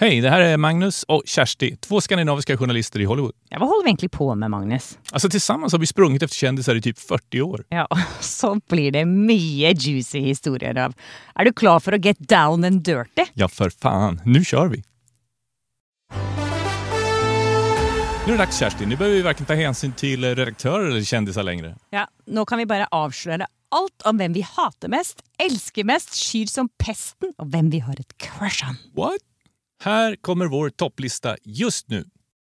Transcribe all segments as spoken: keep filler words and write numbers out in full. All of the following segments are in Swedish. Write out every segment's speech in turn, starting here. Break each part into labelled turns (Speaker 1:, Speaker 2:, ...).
Speaker 1: Hej, det här är Magnus och Kersti, två skandinaviska journalister i Hollywood.
Speaker 2: Ja, vad håller vi egentligen på med, Magnus?
Speaker 1: Alltså tillsammans har vi sprungit efter kändisar i typ fyrtio år.
Speaker 2: Ja, så blir det mycket juicy historier av. Är du klar för att get down and dirty?
Speaker 1: Ja, för fan. Nu kör vi. Nu är det dags, Kersti. Nu behöver vi varken ta hänsyn till redaktörer eller kändisar längre.
Speaker 2: Ja, nu kan vi bara avslöja allt om vem vi hatar mest, älskar mest, skyr som pesten och vem vi har ett crush on.
Speaker 1: What? Här kommer vår topplista just nu.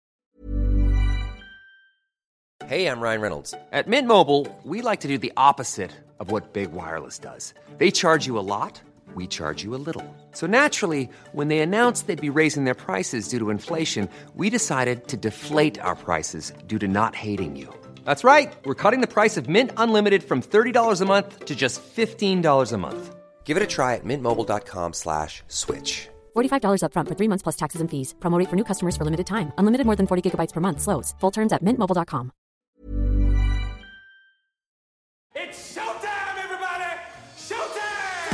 Speaker 3: Hey, I'm Ryan Reynolds. At Mint Mobile, we like to do the opposite of what Big Wireless does. They charge you a lot, we charge you a little. So naturally, when they announced they'd be raising their prices due to inflation, we decided to deflate our prices due to not hating you. That's right. We're cutting the price of Mint Unlimited from thirty dollars a month to just fifteen dollars a month. Give it a try at mintmobile.com slash switch.
Speaker 4: forty-five dollars up front for three months plus taxes and fees. Promo rate for new customers for limited time. Unlimited more than forty gigabytes per month. Slows full terms at mint mobile dot com.
Speaker 5: It's showtime, everybody! Showtime!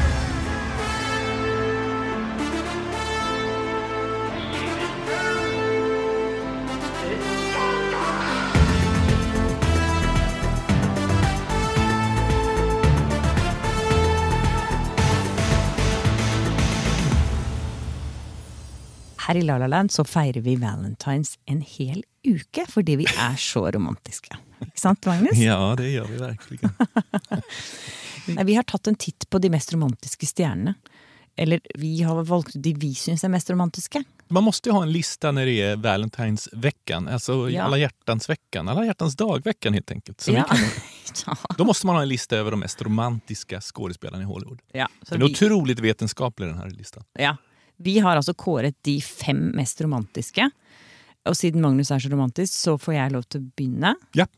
Speaker 2: Här i La La Land så feirer vi Valentines en hel uke fordi vi är så romantiska. Ikke sant, Magnus?
Speaker 1: Ja, det gör vi verkligen.
Speaker 2: Vi har tagit en titt på de mest romantiska stjärnorna. Eller vi har valt de vi syns är mest romantiska.
Speaker 1: Man måste ju ha en lista när det är Valentinesveckan. Alltså
Speaker 2: Ja.
Speaker 1: alla hjärtansveckan. Alla hjärtans dagveckan helt enkelt. Så vi
Speaker 2: Ja.
Speaker 1: kan,
Speaker 2: Ja.
Speaker 1: då måste man ha en lista över de mest romantiska skådespelarna i Hollywood.
Speaker 2: Ja, så
Speaker 1: Den är
Speaker 2: vi,
Speaker 1: otroligt vetenskaplig, den här listan.
Speaker 2: ja, vi har alltså kåret de fem mest romantiska. Och siden Magnus är så romantisk så får jag lov till att börja.
Speaker 1: Ja.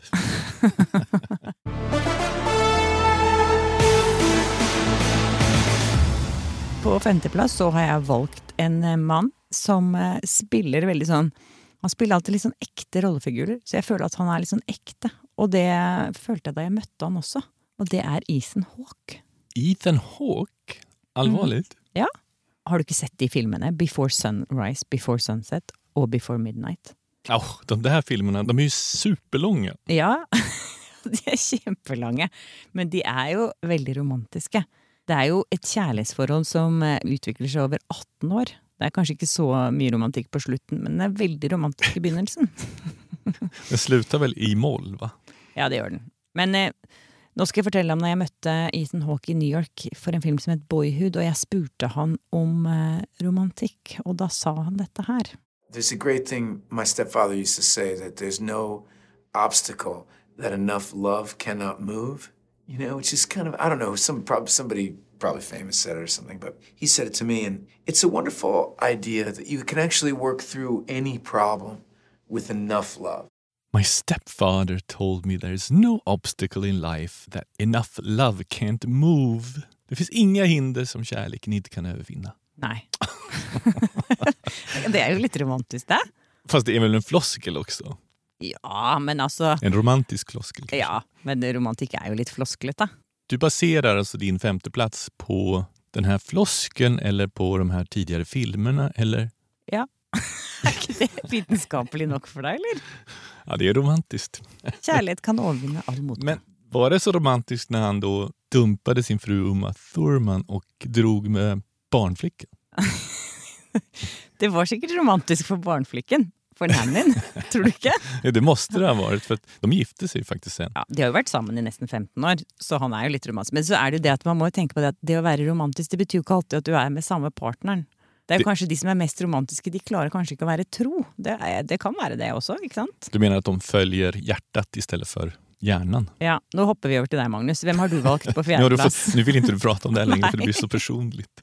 Speaker 2: På femte plats så har jag valt en eh, man som eh, spelar väldigt sån, han spelar alltid litt sånn ekte rollefigurer, så jag føler att han är litt sånn ekte. Och det følte jag da jag mötte han också. Och det är Ethan Hawke.
Speaker 1: Ethan Hawke? Allvarligt?
Speaker 2: Ja. Har du inte sett de filmerna? Before Sunrise, Before Sunset och Before Midnight?
Speaker 1: Ja, oh, de där filmerna, de är ju superlånga.
Speaker 2: Ja, de är kjempelånga. Men de är ju väldigt romantiska. Det är ju ett kärleksforhold som eh, utvecklar sig över arton år. Det är kanske inte så mycket romantik på slutet, men det är väldigt romantisk i begynnelsen.
Speaker 1: Den slutar väl i moll, va?
Speaker 2: Ja, det gör den. Men eh, nu ska jag fortälla om när jag mötte Ethan Hawke i New York för en film som heter Boyhood, och jag spurte han om eh, romantik, och då sa han detta här.
Speaker 6: There's a great thing my stepfather used to say, that there's no obstacle that enough love cannot move. You know, it's just kind of, I don't know, some prob- somebody probably famous said it or something, but he said it to me, and it's a wonderful idea that you can actually work through any problem with enough love.
Speaker 1: My stepfather told me there's no obstacle in life that enough love can't move. Det finns inga hinder som kärleken inte kan övervinna.
Speaker 2: Nej. Det är ju lite romantiskt, det.
Speaker 1: Fast det är väl en floskel också?
Speaker 2: Ja, men alltså...
Speaker 1: En romantisk floskel kanske.
Speaker 2: Ja, men romantik är ju lite floskleta.
Speaker 1: Du baserar alltså din femte plats på den här floskeln eller på de här tidigare filmerna, eller?
Speaker 2: Ja. Är det vetenskapligt nog för dig, eller?
Speaker 1: Ja, det är romantiskt.
Speaker 2: Kärlek kan övervinna all motgång.
Speaker 1: Men var det så romantiskt när han då dumpade sin fru Uma Thurman och drog med barnflickan?
Speaker 2: Det var säkert romantiskt för barnflicken. För nannen, tror du inte?
Speaker 1: Ja, det måste det ha varit, för att de gifte sig faktiskt sen.
Speaker 2: Ja, de har ju varit samman i nästan femton år, så han är ju lite romantisk. Men så är det ju det att man måste tänka på det, att det att vara romantisk, det betyder ju inte alltid att du är med samma partnern. Det är
Speaker 1: det...
Speaker 2: kanske de som är mest romantiska, de klarar kanske inte att vara tro. Det, är, det kan vara det också, inte sant?
Speaker 1: Du menar att de följer hjärtat istället för hjärnan?
Speaker 2: Ja, nu hoppar vi över till dig, Magnus. Vem har du valt på fjärde
Speaker 1: Ja,
Speaker 2: plats?
Speaker 1: fått, nu vill inte du prata om det här längre, för det blir så personligt.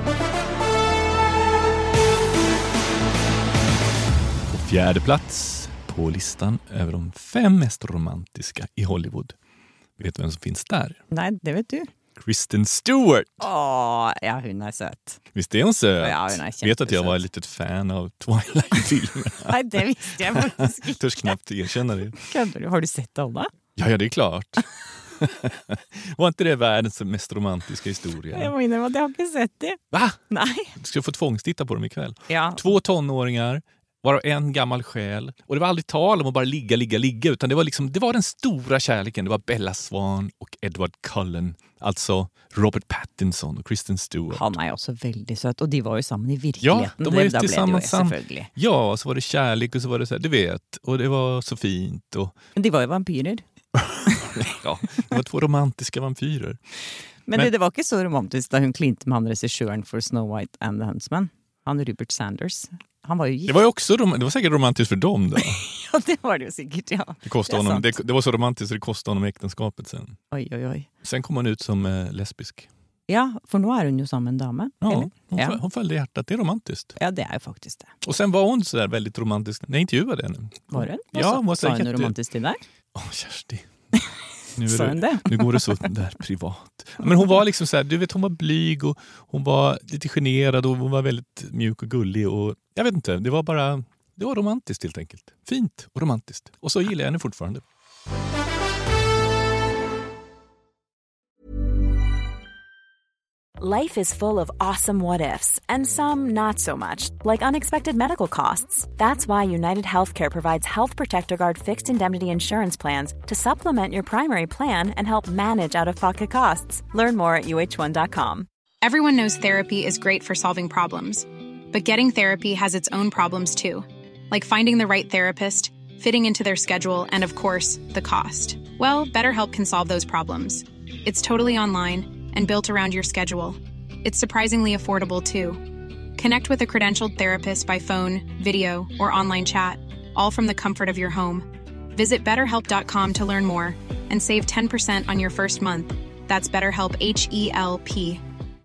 Speaker 1: På fjärde plats på listan över de fem mest romantiska i Hollywood. Vet du vem som finns där?
Speaker 2: Nej, det vet du.
Speaker 1: Kristen Stewart.
Speaker 2: Åh, ja, hon är söt.
Speaker 1: Visst är hon söt?
Speaker 2: Ja, hon är
Speaker 1: Vet att jag var ett
Speaker 2: jättesöt.
Speaker 1: litet fan av Twilight-filmerna.
Speaker 2: Nej, det visste jag faktiskt inte.
Speaker 1: Törs knappt erkänna det.
Speaker 2: Kan du, har du sett alla?
Speaker 1: Ja, ja, det är klart. Var inte det världens mest romantiska historia?
Speaker 2: Jag menar att jag har inte sett det.
Speaker 1: Va?
Speaker 2: Nej.
Speaker 1: Du ska få tvångstitta på dem ikväll.
Speaker 2: Ja.
Speaker 1: Två tonåringar, var en gammal själ. Och det var aldrig tal om att bara ligga, ligga, ligga. Utan det var, liksom, det var den stora kärleken. Det var Bella Swan och Edward Cullen. Alltså Robert Pattinson och Kristen Stewart.
Speaker 2: Han är också väldigt söt. Och de var ju samman i verkligheten.
Speaker 1: Ja, de var ju
Speaker 2: det,
Speaker 1: tillsammans.
Speaker 2: det ju, sam-
Speaker 1: ja, så var det kärlek och så var det så här, du vet. Och det var så fint. Och...
Speaker 2: Men de var ju vampyrer.
Speaker 1: Ja, det var två romantiska vampyrer.
Speaker 2: Men,
Speaker 1: Men
Speaker 2: det, det var inte så romantiskt då hon klinte med han regissören för Snow White and the Huntsman. Han Rupert Sanders. Han var ju gift.
Speaker 1: Det var ju också rom- det var säkert romantiskt för dem då.
Speaker 2: Ja, det var det ju säkert, ja.
Speaker 1: Det kostade
Speaker 2: det
Speaker 1: honom det, det var så romantiskt så det kostade honom äktenskapet sen.
Speaker 2: Oj oj oj.
Speaker 1: Sen kom hon ut som eh, lesbisk.
Speaker 2: Ja, för nu är hon ju som en dame.
Speaker 1: Ja,
Speaker 2: eller?
Speaker 1: hon,
Speaker 2: Ja.
Speaker 1: hon följde hjärtat. Det är romantiskt.
Speaker 2: Ja, det är ju faktiskt det.
Speaker 1: Och sen var hon så där väldigt romantisk. Nej, intervjuade henne.
Speaker 2: Var det?
Speaker 1: Ja, hon var
Speaker 2: sa hon
Speaker 1: säkert-
Speaker 2: romantiskt till dig?
Speaker 1: Åh, Kersti. Nu,
Speaker 2: Sa
Speaker 1: är
Speaker 2: hon
Speaker 1: det,
Speaker 2: det?
Speaker 1: nu går det så där privat. Men hon var liksom så här, du vet, hon var blyg och hon var lite generad och hon var väldigt mjuk och gullig och jag vet inte, det var bara, det var romantiskt helt enkelt. Fint och romantiskt. Och så gillar jag henne fortfarande.
Speaker 7: Life is full of awesome what-ifs, and some not so much, like unexpected medical costs. That's why United Healthcare provides Health Protector Guard fixed indemnity insurance plans to supplement your primary plan and help manage out-of-pocket costs. Learn more at U H one dot com.
Speaker 8: Everyone knows therapy is great for solving problems. But getting therapy has its own problems too. Like finding the right therapist, fitting into their schedule, and of course, the cost. Well, BetterHelp can solve those problems. It's totally online and built around your schedule. It's surprisingly affordable too. Connect with a credentialed therapist by phone, video, or online chat, all from the comfort of your home. Visit better help dot com to learn more and save ten percent on your first month. That's BetterHelp, H E L P.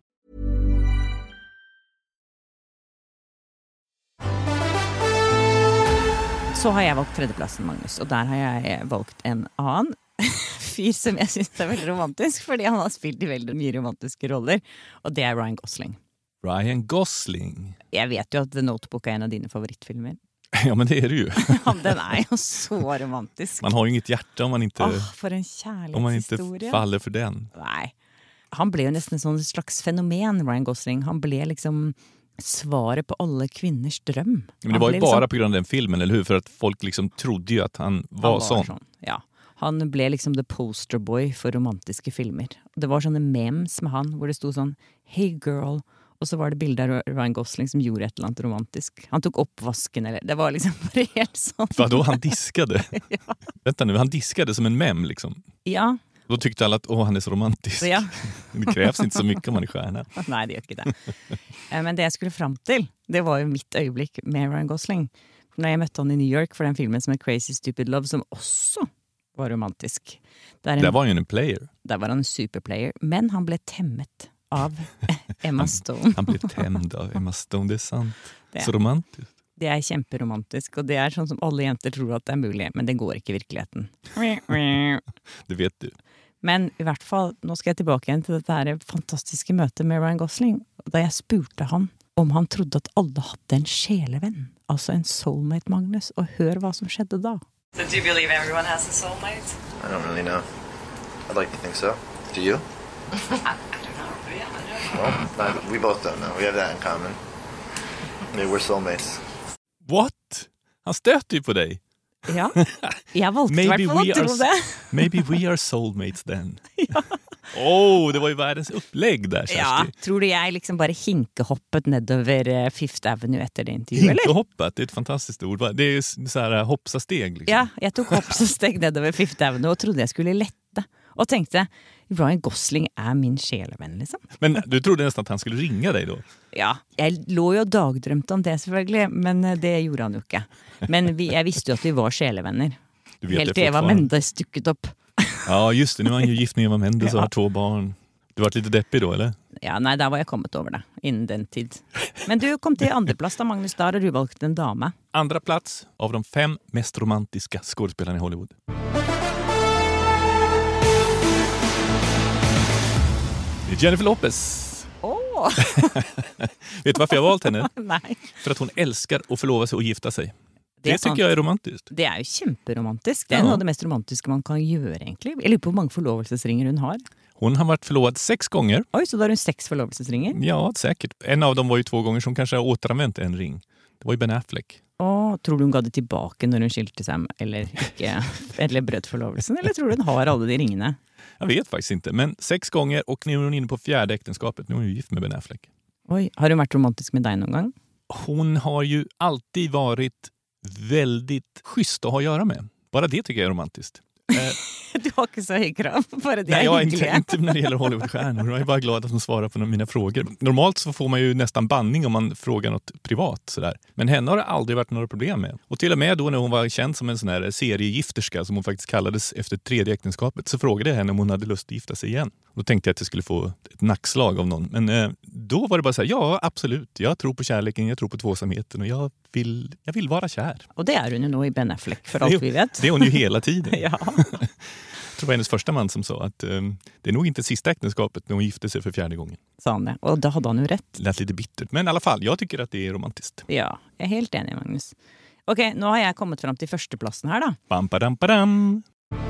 Speaker 2: Så har jag valt tredjeplatsen, Magnus, och där har jag valt en annan fyr som jag syns är väldigt romantisk, för han har spelat i väldigt mycket romantiska roller, och det är Ryan Gosling.
Speaker 1: Ryan Gosling.
Speaker 2: Jag vet ju att The Notebook är en av dina favoritfilmer.
Speaker 1: Ja, men det är det ju.
Speaker 2: Ja, den är ju så romantisk.
Speaker 1: Man har ju inget hjärta om man inte,
Speaker 2: oh, för en
Speaker 1: om man inte
Speaker 2: kärlekshistoria.
Speaker 1: faller för den.
Speaker 2: Nej. Han blev ju nästan en slags fenomen, Ryan Gosling. Han blev liksom svaret på alla kvinnors dröm.
Speaker 1: Men det var ju bara på grund av den filmen, eller hur? För att folk liksom trodde ju att han var,
Speaker 2: han var
Speaker 1: sån.
Speaker 2: sån. Ja. Han blev liksom the poster boy för romantiska filmer. Det var såna memes med han, där det stod sån "Hey girl", och så var det bilder av Ryan Gosling som gjorde ett eller annat romantiskt. Han tog upp vasken, eller det var liksom helt sånt.
Speaker 1: Vadå, han diskade?
Speaker 2: Ja.
Speaker 1: Vänta nu, han diskade som en mem liksom.
Speaker 2: Ja.
Speaker 1: Då tyckte alla att åh, han är så romantisk.
Speaker 2: Ja.
Speaker 1: Det krävs inte så mycket om man är stjärna.
Speaker 2: Nej, det gör inte det. Men det jag skulle fram till, det var ju mitt ögonblick med Ryan Gosling. När jag mötte honom i New York för den filmen som är Crazy Stupid Love, som också var romantisk. Där, en,
Speaker 1: där var han ju en player.
Speaker 2: Där var han en superplayer. Men han blev tämmet av Emma Stone.
Speaker 1: Han blev tämd av Emma Stone, det är sant.
Speaker 2: Det.
Speaker 1: Så romantiskt.
Speaker 2: Det är kämperomantisk, och det är sånt som alla jenter tror att det är möjligt, men det går inte i verkligheten.
Speaker 1: Det vet du.
Speaker 2: Men i vart fall, nu ska jag tillbaka igen till det här fantastiska mötet med Ryan Gosling. Där jag spurte han om han trodde att alla hade en själevän, alltså en soulmate, Magnus, och hör vad som skedde då.
Speaker 9: So do you believe everyone has a soulmate?
Speaker 10: I don't really know. I'd like to think so. Do you?
Speaker 9: I, I don't know. Yeah, I don't know.
Speaker 10: Well, I, we both don't know. We have that in common. Maybe we're soulmates.
Speaker 1: What? Han stöter ju på dig.
Speaker 2: Ja, jag valde i vart fall att tro det.
Speaker 1: Maybe we are soulmates then.
Speaker 2: Ja.
Speaker 1: Oh, det var ju världens upplägg där, Kersti.
Speaker 2: Ja, tror du jag liksom bara hinkehoppet nedover Fifth Avenue efter det intervju, eller?
Speaker 1: Hinkehoppet, det är ett fantastiskt ord. Det är så här hoppsasteg. Liksom.
Speaker 2: Ja, jag tog hoppsasteg nedover Fifth Avenue och trodde jag skulle lätta. Och tänkte, Ryan Gosling är min själevän, liksom.
Speaker 1: Men du trodde nästan att han skulle ringa dig då?
Speaker 2: Ja, jag låg ju och dagdrömte om det selvfølgelig, men det gjorde han ju inte. Men vi, jag visste ju att vi var själevänner.
Speaker 1: Du vet
Speaker 2: helt
Speaker 1: det
Speaker 2: Eva Mendes stycket upp.
Speaker 1: Ja, just det. Nu är han ju gift med Eva Mendes och
Speaker 2: Ja.
Speaker 1: har två barn. Du var lite deppig då, eller?
Speaker 2: Ja, nej, där var jag kommit över det, innen den tid. Men du kom till andra plats då, Magnus, där har du valt en dame.
Speaker 1: Andra plats av de fem mest romantiska skådespelarna i Hollywood. Det är Jennifer Lopez.
Speaker 2: Åh!
Speaker 1: Vet du varför jag har valt henne?
Speaker 2: Nej.
Speaker 1: För att hon älskar att förlova sig och gifta sig. Det, det tycker jag är romantiskt.
Speaker 2: Det är ju kämperomantiskt. Det är ja. Något av det mest romantiska man kan göra egentligen. Eller på hur många förlovelsesringar hon har.
Speaker 1: Hon har varit förlovad sex gånger.
Speaker 2: Oj, så då har hon sex förlovelsesringar?
Speaker 1: Ja, säkert. En av dem var ju två gånger som kanske har återanvänt en ring. Det var ju Ben Affleck.
Speaker 2: Åh, tror du hon gav det tillbaka när hon skilte sig eller inte, eller bröt förlovelsen? Eller tror du hon har alla de ringarna?
Speaker 1: Jag vet faktiskt inte, men sex gånger och nu är hon inne på fjärde äktenskapet. Nu är hon ju gift med Ben Affleck.
Speaker 2: Oj, har hon varit romantisk med dig någon gång?
Speaker 1: Hon har ju alltid varit väldigt schysst att ha att göra med. Bara det tycker jag är romantiskt.
Speaker 2: Du har inte så hög krav på det.
Speaker 1: Nej, jag inte, inte när det gäller Hollywoodstjärnor. Jag är bara glad att de svarar på mina frågor. Normalt så får man ju nästan banning om man frågar något privat. Sådär. Men henne har det aldrig varit några problem med. Och till och med då när hon var känd som en sån här seriegifterska som hon faktiskt kallades efter tredje äktenskapet så frågade jag henne om hon hade lust att gifta sig igen. Då tänkte jag att jag skulle få ett nackslag av någon. Men eh, då var det bara så här, ja absolut. Jag tror på kärleken, jag tror på tvåsamheten och jag vill, jag vill vara kär.
Speaker 2: Och det är hon ju nog i Ben Affleck för allt vi vet.
Speaker 1: Det är hon ju hela tiden.
Speaker 2: Ja.
Speaker 1: Jag tror det var hennes första man som sa att um, det är nog inte sista äktenskapet när hon gifte sig för fjärde gången.
Speaker 2: Sa han det? Och då hade han ju rätt.
Speaker 1: Lät lite bittert. Men i alla fall, jag tycker att det är romantiskt.
Speaker 2: Ja, jag är helt enig, Magnus. Okej, nu har jag kommit fram till första platsen här då.
Speaker 1: Bam, badam, badam.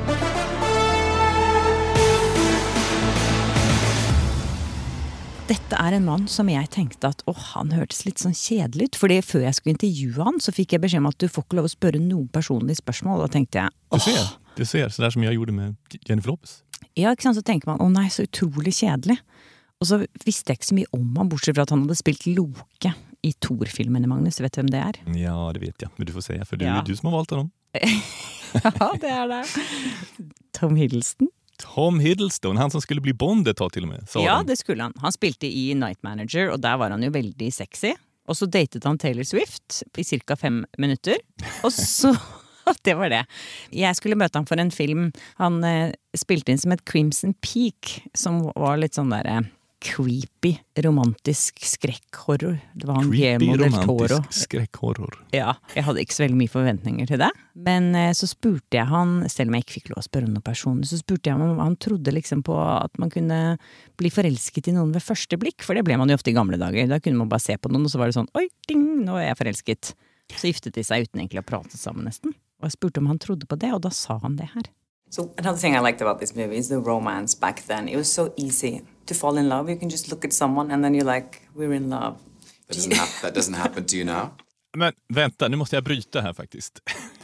Speaker 2: Detta är en man som jag tänkte att åh, han hördes lite sån kedligt. För det før jag skulle intervjua han så fick jag besked om att du får inte lov att spöra någon personlig spörsmål. Då tänkte jag, åh.
Speaker 1: Du ser, du ser, så där som jag gjorde med Jennifer Lopez.
Speaker 2: Ja, så tänker man, åh nej, så otroligt kedlig. Och så visste jag inte så mycket om han, bortsett från att han hade spelat Loke i Thor-filmen, Magnus. Vet du vem det är?
Speaker 1: Ja, det vet jag. Men du får säga, för det
Speaker 2: ja.
Speaker 1: är du som har valt honom.
Speaker 2: Ja, det är det. Tom Hiddleston.
Speaker 1: Tom Hiddleston, han som skulle bli Bond ett tag till och med.
Speaker 2: Ja, de. Det skulle han. Han spilte i Night Manager, och där var han ju väldigt sexy. Och så datade han Taylor Swift i cirka fem minuter. Och så, det var det. Jag skulle möta han för en film. Han eh, spilte in som ett Crimson Peak, som var lite sån där eh, creepy, romantisk skräckhorror. Det var han
Speaker 1: creepy,
Speaker 2: romantisk
Speaker 1: Toro. Skräckhorror.
Speaker 2: Ja, jag hade inte så väldigt mycket förväntningar till det. Men eh, så spurte jag han, ställ mig inte fick lov att spöra någon person, så spurte jag om han trodde liksom på att man kunde bli förälsket i någon vid första blick. För det blev man ju ofta i gamla dagar. Där kunde man bara se på någon och så var det sån, oj, ding, nu är jag förälsket. Så gifte de sig utan egentligen att prata samman nästan. Och jag spurte om han trodde på det, och då sa han det här.
Speaker 11: So another thing I liked about this movie is the romance back then. It was so easy to fall in love. You can just look at someone and then you're like, we're in love.
Speaker 12: That doesn't, ha- that doesn't happen to you now?
Speaker 1: Men vänta, nu måste jag bryta här faktiskt.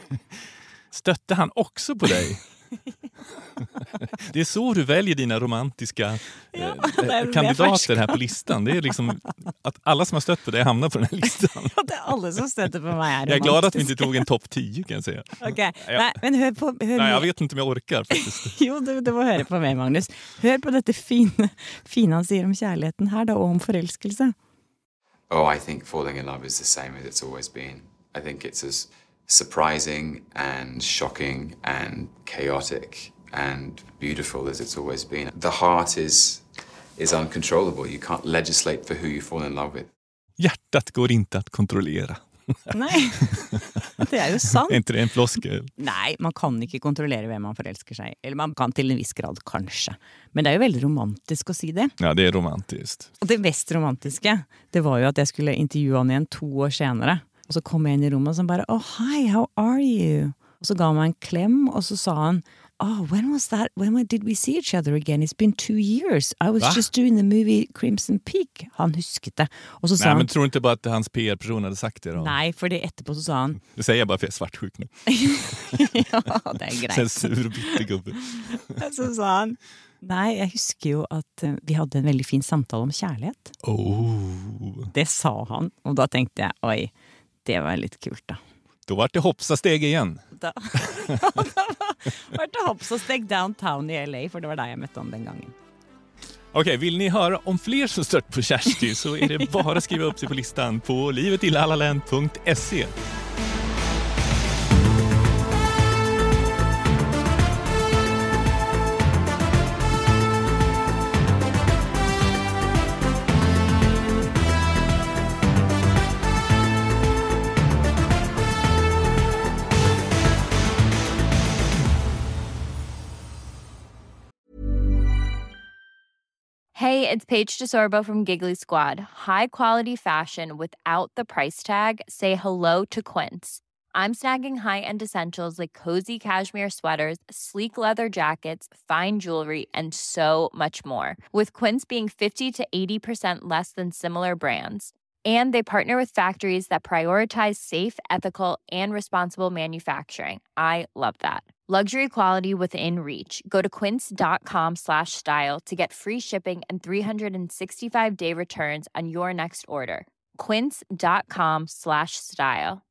Speaker 1: Stötte han också på dig? Det är så du väljer dina romantiska
Speaker 2: ja,
Speaker 1: eh, kandidater här på listan. Det är liksom att alla som har stött på dig hamnar på den här listan.
Speaker 2: Ja, det är alla som stöter på mig.
Speaker 1: Jag är glad att vi inte tog en topp tio, kan jag säga.
Speaker 2: Okej, okay. Nej, men hör på... Hör
Speaker 1: Nej, jag vet inte om jag orkar faktiskt.
Speaker 2: Jo, du, du får höra på mig, Magnus. Hör på detta fina, fina han säger om kärleken här då, och om förälskelse.
Speaker 12: Oh, I think falling in love is the same as it's always been. I think it's as surprising and shocking and chaotic and beautiful as it's always been. The heart is is uncontrollable. You can't legislate for who you fall in love with.
Speaker 1: Hjärtat går inte att kontrollera.
Speaker 2: Nej, det är ju sant.
Speaker 1: Är inte det en floskel?
Speaker 2: Nej, man kan inte kontrollera vem man förälskar sig. Eller man kan till en viss grad kanske. Men det är ju väldigt romantiskt att säga det.
Speaker 1: Ja, det är romantiskt.
Speaker 2: Och det mest romantiska, det var ju att jag skulle intervjua honom igen två år senare. Och så kom jag in i rummet och så bara, oh hi, how are you? Och så gav man en kläm och så sa han, oh, when was that? When did we see each other again? It's been two years. I was
Speaker 1: Va?
Speaker 2: just doing the movie Crimson Peak. Han huskade. Och så sa
Speaker 1: Nej,
Speaker 2: han,
Speaker 1: men tror inte bara att hans P R-person hade sagt det då?
Speaker 2: Nej, för det efterpå så sa han.
Speaker 1: Det säger jag bara för jag är svartsjuk nu.
Speaker 2: Ja, det är grejt.
Speaker 1: Sen sur och bittergubbe.
Speaker 2: Så sa han, nej, jag huskar ju att uh, vi hade en väldigt fin samtal om kärlek.
Speaker 1: Oh.
Speaker 2: Det sa han. Och då tänkte jag, oj, det var lite kul då.
Speaker 1: Då var det hoppsasteg igen.
Speaker 2: Då var det hoppsasteg downtown i L A, för det var där jag mötte honom den gången.
Speaker 1: Okej, vill ni höra om fler som stört på Kersti så är det bara att skriva upp sig på listan på livet i lalaland punkt se.
Speaker 13: Hey, it's Paige DeSorbo from Giggly Squad. High quality fashion without the price tag. Say hello to Quince. I'm snagging high-end essentials like cozy cashmere sweaters, sleek leather jackets, fine jewelry, and so much more. With Quince being fifty to eighty percent less than similar brands. And they partner with factories that prioritize safe, ethical, and responsible manufacturing. I love that. Luxury quality within reach. Go to quince.com slash style to get free shipping and three sixty-five day returns on your next order. Quince.com slash style.